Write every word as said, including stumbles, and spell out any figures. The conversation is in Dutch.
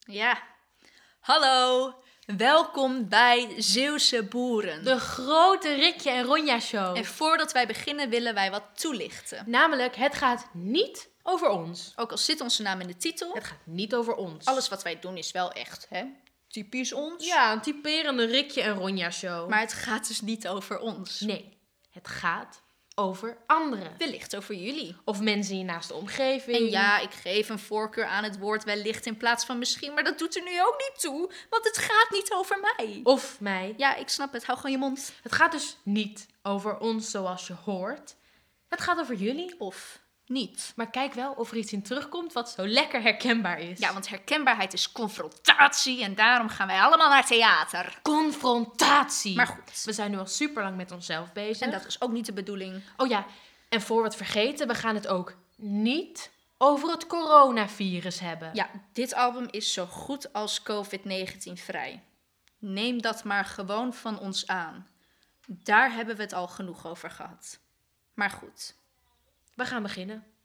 Ja, hallo, welkom bij Zeeuwse Boeren. De grote Rikje en Ronja show. En voordat wij beginnen willen wij wat toelichten. Namelijk, het gaat niet over ons. Ook al zit onze naam in de titel, Het gaat niet over ons. alles wat wij doen is wel echt, hè? Typisch ons. Ja, een typerende Rikje en Ronja show. Maar het gaat dus niet over ons. Nee, het gaat over anderen. Wellicht over jullie. Of mensen in je naaste omgeving. En ja, ik geef een voorkeur aan het woord wellicht in plaats van misschien, maar dat doet er nu ook niet toe, want het gaat niet over mij. Of mij. Ja, ik snap het. Hou gewoon je mond. Het gaat dus niet over ons zoals je hoort. Het gaat over jullie. Of niet. Maar kijk wel of er iets in terugkomt wat zo lekker herkenbaar is. Ja, want herkenbaarheid is confrontatie en daarom gaan wij allemaal naar theater. Confrontatie. Maar goed. We zijn nu al super lang met onszelf bezig. En dat is ook niet de bedoeling. Oh ja, en voor we het vergeten, we gaan het ook niet over het coronavirus hebben. Ja, dit album is zo goed als covid negentien vrij. Neem dat maar gewoon van ons aan. Daar hebben we het al genoeg over gehad. Maar goed. We gaan beginnen.